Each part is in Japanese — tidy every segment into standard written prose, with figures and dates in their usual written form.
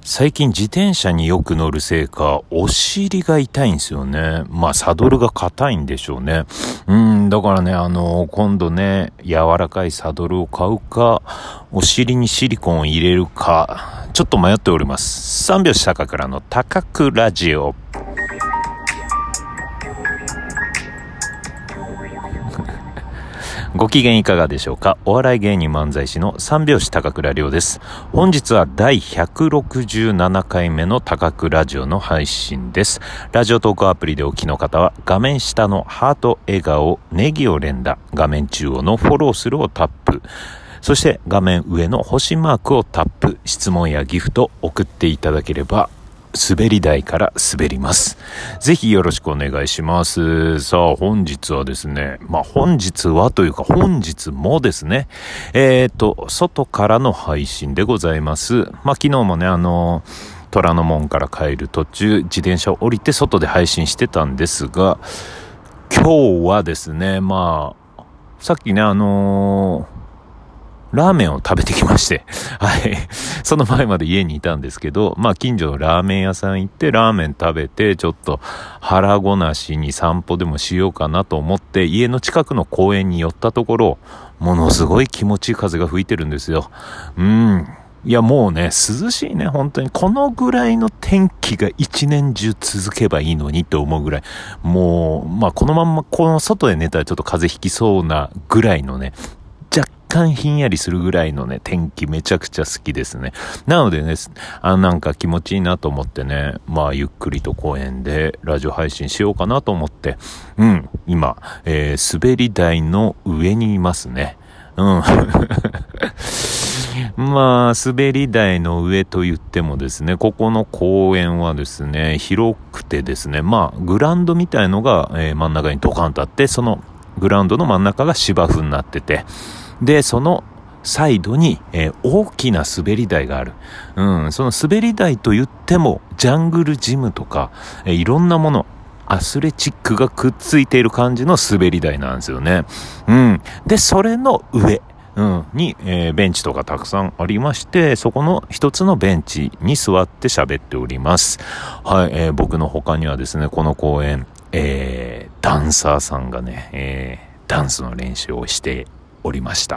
最近自転車によく乗るせいか、お尻が痛いんですよね。サドルが硬いんでしょうね。だからね、今度ね、柔らかいサドルを買うか、お尻にシリコンを入れるか、ちょっと迷っております。三拍子高倉の高倉ラジオ。ご機嫌いかがでしょうか。お笑い芸人漫才師の三拍子高倉涼です。本日は第167回目の高倉ラジオの配信です。ラジオトークアプリでお聞きの方は画面下のハート、笑顔、ネギを連打、画面中央のフォローするをタップ、そして画面上の星マークをタップ、質問やギフト送っていただければ滑り台から滑ります。ぜひよろしくお願いします。さあ本日はですね、本日はというか本日もですね、外からの配信でございます。昨日もね虎ノ門から帰る途中自転車を降りて外で配信してたんですが、今日はですねさっきねラーメンを食べてきまして、はい。その前まで家にいたんですけど、近所のラーメン屋さん行ってラーメン食べて、ちょっと腹ごなしに散歩でもしようかなと思って、家の近くの公園に寄ったところ、ものすごい気持ちいい風が吹いてるんですよ。いやもうね、涼しいね、本当に。このぐらいの天気が一年中続けばいいのにって思うぐらい。もう、このまんまこの外で寝たらちょっと風邪ひきそうなぐらいのね、若干ひんやりするぐらいのね、天気めちゃくちゃ好きですね。なのでね、なんか気持ちいいなと思ってね、ゆっくりと公園でラジオ配信しようかなと思って、今、滑り台の上にいますね。滑り台の上と言ってもですね、ここの公園はですね、広くてですね、グラウンドみたいのが、真ん中にドカンとあって、そのグラウンドの真ん中が芝生になってて、で、そのサイドに、大きな滑り台がある。その滑り台と言っても、ジャングルジムとか、いろんなもの、アスレチックがくっついている感じの滑り台なんですよね。で、それの上、に、ベンチとかたくさんありまして、そこの一つのベンチに座って喋っております。はい、僕の他にはですね、この公園、ダンサーさんがね、ダンスの練習をしておりました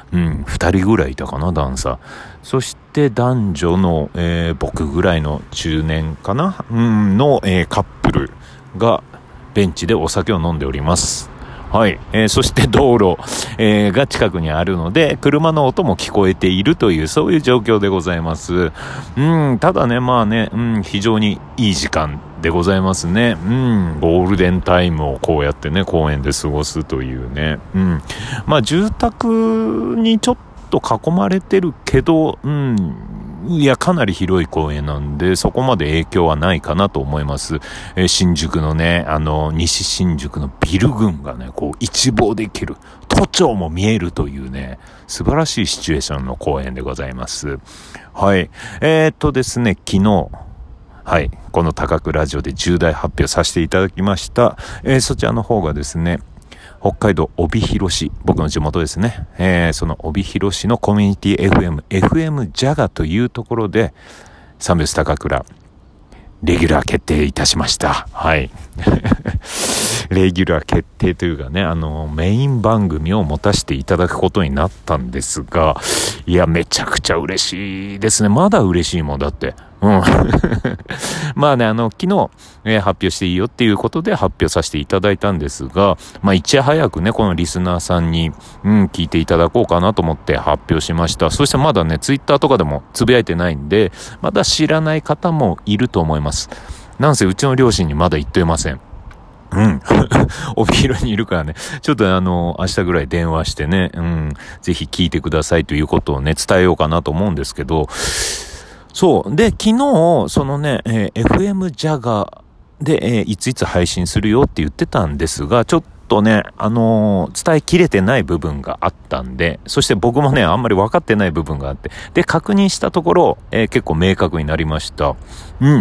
。2人ぐらいいたかな、ダンサー。そして男女の、僕ぐらいの中年かな、の、カップルがベンチでお酒を飲んでおります。はい、そして道路、が近くにあるので車の音も聞こえているという、そういう状況でございます。ただね、非常にいい時間でございますね。ゴールデンタイムをこうやってね、公園で過ごすというね。住宅にちょっと囲まれてるけど、いや、かなり広い公園なんで、そこまで影響はないかなと思います。新宿のね、西新宿のビル群がね、こう一望できる。都庁も見えるというね、素晴らしいシチュエーションの公園でございます。はい。ですね、昨日、はい、この高倉ラジオで重大発表させていただきました。そちらの方がですね、北海道帯広市、僕の地元ですね。その帯広市のコミュニティ FM ジャガというところで、三拍子高倉、レギュラー決定いたしました。はい。レギュラー決定というかね、メイン番組を持たせていただくことになったんですが、いや、めちゃくちゃ嬉しいですね。まだ嬉しいもんだって。昨日、発表していいよっていうことで発表させていただいたんですが、いち早くね、このリスナーさんに、聞いていただこうかなと思って発表しました。そしてまだね、ツイッターとかでもつぶやいてないんで、まだ知らない方もいると思います。なんせうちの両親にまだ言ってません。帯広にいるからね、ちょっと明日ぐらい電話してね、ぜひ聞いてくださいということをね、伝えようかなと思うんですけど、そう。で、昨日、そのね、FM ジャガで、いついつ配信するよって言ってたんですが、ちょっとね、伝えきれてない部分があったんで、そして僕もね、あんまり分かってない部分があって、で、確認したところ、結構明確になりました。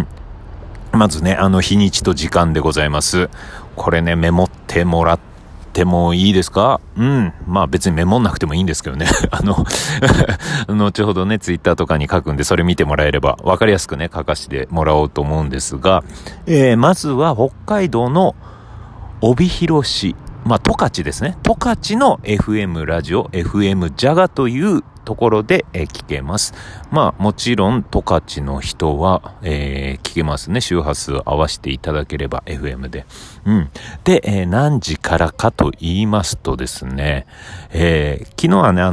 まずね、日にちと時間でございます。これね、メモってもらっててもいいですか？まあ別にメモんなくてもいいんですけどね。後ほどね、ツイッターとかに書くんで、それ見てもらえれば分かりやすくね、書かせてもらおうと思うんですが、まずは北海道の帯広市、まあ十勝ですね。十勝の FM ラジオ、FM ジャガというところで、聞けます。まあもちろん十勝の人は、聞けますね。周波数合わせていただければ FM で。で、何時からかと言いますとですね、昨日はね、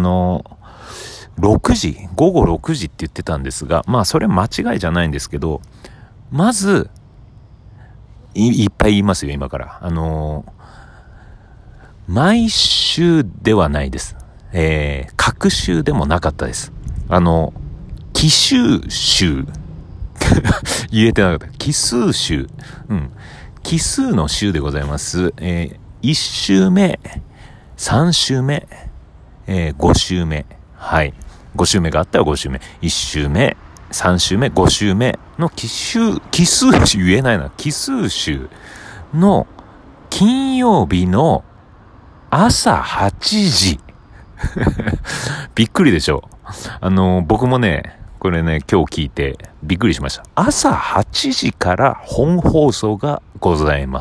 午後6時って言ってたんですが、まあそれ間違いじゃないんですけど、まず、いっぱい言いますよ、今から。毎週ではないです。各週でもなかったです。奇数週。言えてなかった。奇数週。奇数の週でございます。1週目、3週目、5週目。はい。5週目があったら5週目。1週目、3週目、5週目の奇数週言えないな。奇数週の金曜日の朝8時。びっくりでしょ。僕もね、これね、今日聞いてびっくりしました。朝8時から本放送がございます。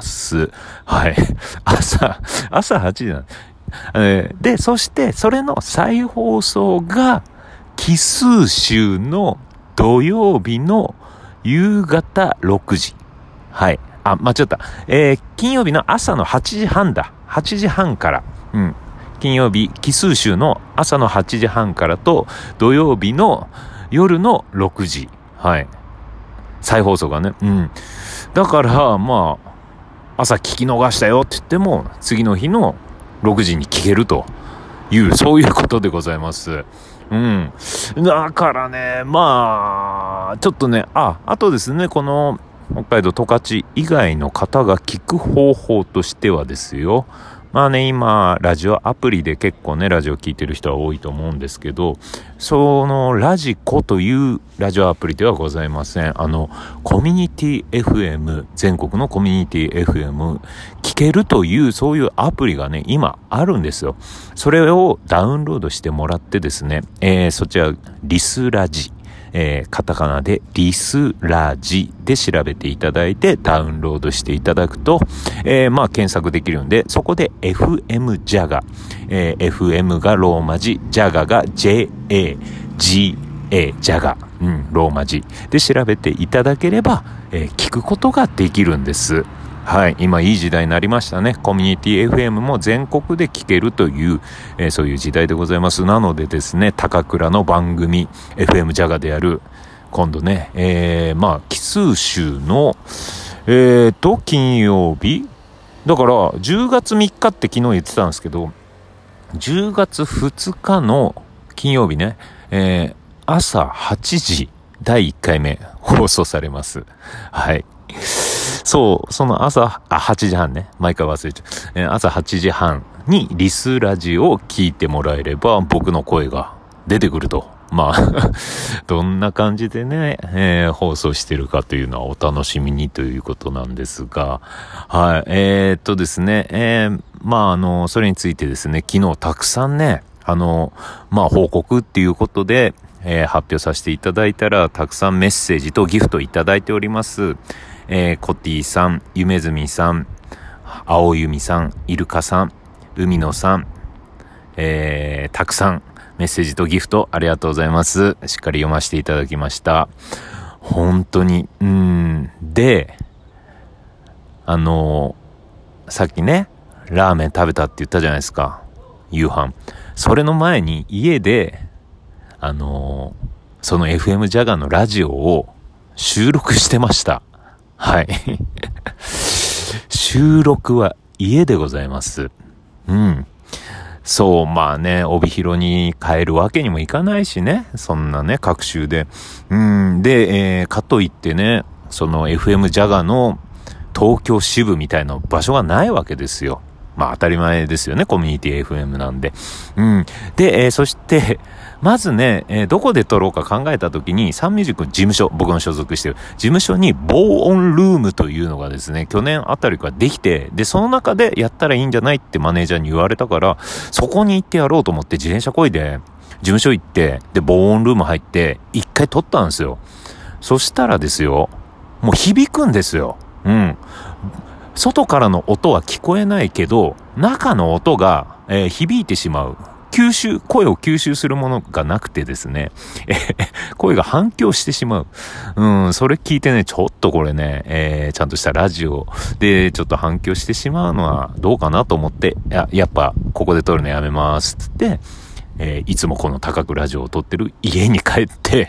はい。朝8時なんで、そしてそれの再放送が奇数週の土曜日の夕方6時。はい。間違った。金曜日の朝の8時半だ。8時半から。金曜日、奇数週の朝の8時半からと、土曜日の夜の6時。はい。再放送がね。だから、まあ、朝聞き逃したよって言っても、次の日の6時に聞けるという、そういうことでございます。だからね、まあ、ちょっとね、あとですね、この、北海道十勝以外の方が聞く方法としてはですよ。まあね、今、ラジオアプリで結構ね、ラジオ聞いてる人は多いと思うんですけど、そのラジコというラジオアプリではございません。コミュニティ FM、全国のコミュニティ FM、聞けるという、そういうアプリがね、今あるんですよ。それをダウンロードしてもらってですね、そちら、リスラジ。カタカナでリスラジで調べていただいてダウンロードしていただくと、まあ検索できるんで、そこで FM ジャガ、FM がローマ字、ジャガが JAGA、ジャガ、ローマ字で調べていただければ、聞くことができるんです。はい。今いい時代になりましたね。コミュニティ FM も全国で聞けるという、そういう時代でございます。なのでですね、高倉の番組、FM ジャガでやる、今度ね、まあ、奇数週の、金曜日だから、10月3日って昨日言ってたんですけど、10月2日の金曜日ね、朝8時、第1回目放送されます。はい。そう、その朝、8時半ね。毎回忘れちゃう。朝8時半にリスラジオを聞いてもらえれば僕の声が出てくると。まあ、どんな感じでね、放送してるかというのはお楽しみにということなんですが、はい。ですね、まあ、それについてですね、昨日たくさんね、まあ、報告っていうことで、発表させていただいたら、たくさんメッセージとギフトいただいております。コティさん、ゆめずみさん、青ゆみさん、イルカさん、海野さん、たくさんメッセージとギフトありがとうございます。しっかり読ませていただきました。本当に、で、さっきね、ラーメン食べたって言ったじゃないですか。夕飯。それの前に家で、その FM ジャガのラジオを収録してました。はい。収録は家でございます。そう、まあね、帯広に帰るわけにもいかないしね。そんなね、各週で。で、かといってね、その FM ジャガの東京支部みたいな場所がないわけですよ。 まあ当たり前ですよね。コミュニティ FM なんで。で、そして、まずね、どこで撮ろうか考えたときに、サンミュージックの事務所、僕の所属している事務所に防音ルームというのがですね、去年あたりからできて、で、その中でやったらいいんじゃないってマネージャーに言われたから、そこに行ってやろうと思って自転車漕いで、事務所行って、で、防音ルーム入って、一回撮ったんですよ。そしたらですよ、もう響くんですよ。外からの音は聞こえないけど、中の音が、響いてしまう。声を吸収するものがなくてですね、声が反響してしまう。それ聞いてね、ちょっとこれね、ちゃんとしたラジオでちょっと反響してしまうのはどうかなと思って、やっぱここで撮るのやめますって言って、いつもこの高くラジオを撮ってる家に帰って、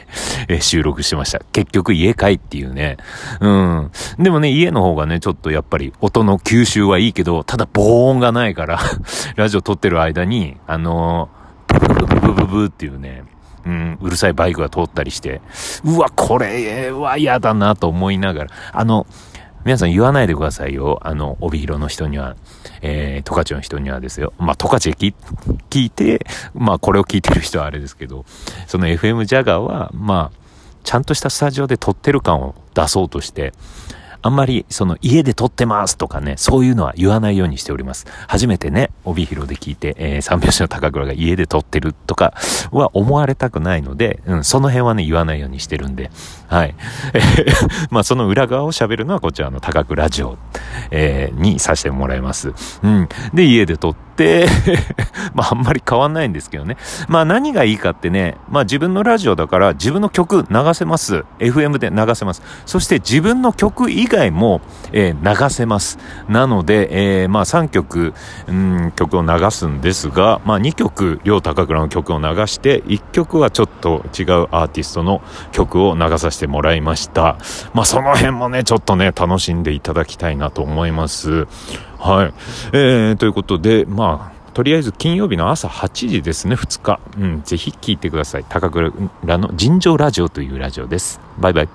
収録してました。結局家帰っていうね。でもね、家の方がね、ちょっとやっぱり音の吸収はいいけど、ただ防音がないから、ラジオ撮ってる間に、ブブブブブブブっていうね、うるさいバイクが通ったりして、うわ、これは嫌だなと思いながら、皆さん言わないでくださいよ。帯広の人には、十勝の人にはですよ。まあ、十勝で聞いて、まあ、これを聞いてる人はあれですけど、その FM ジャガーは、まあ、ちゃんとしたスタジオで撮ってる感を出そうとして、あんまり家で撮ってますとかね、そういうのは言わないようにしております。初めてね、帯広で聞いて、三拍子の高倉が家で撮ってるとかは思われたくないので、その辺はね、言わないようにしてるんで、はい。まあ、その裏側を喋るのはこちらの高倉ラジオ、にさせてもらいます。で、家で撮って、まあ、あんまり変わんないんですけどね。まあ、何がいいかってね、まあ、自分のラジオだから自分の曲流せます。FM で流せます。そして自分の曲以外も、流せます。なので、まあ、3曲、曲を流すんですが、まあ、2曲、両高倉の曲を流して、1曲はちょっと違うアーティストの曲を流させてもらいました。まあ、その辺もね、ちょっとね、楽しんでいただきたいなと思います。はい。ということで、まあ、とりあえず金曜日の朝8時ですね、2日。ぜひ聞いてください。高倉の尋常ラジオというラジオです。バイバイ。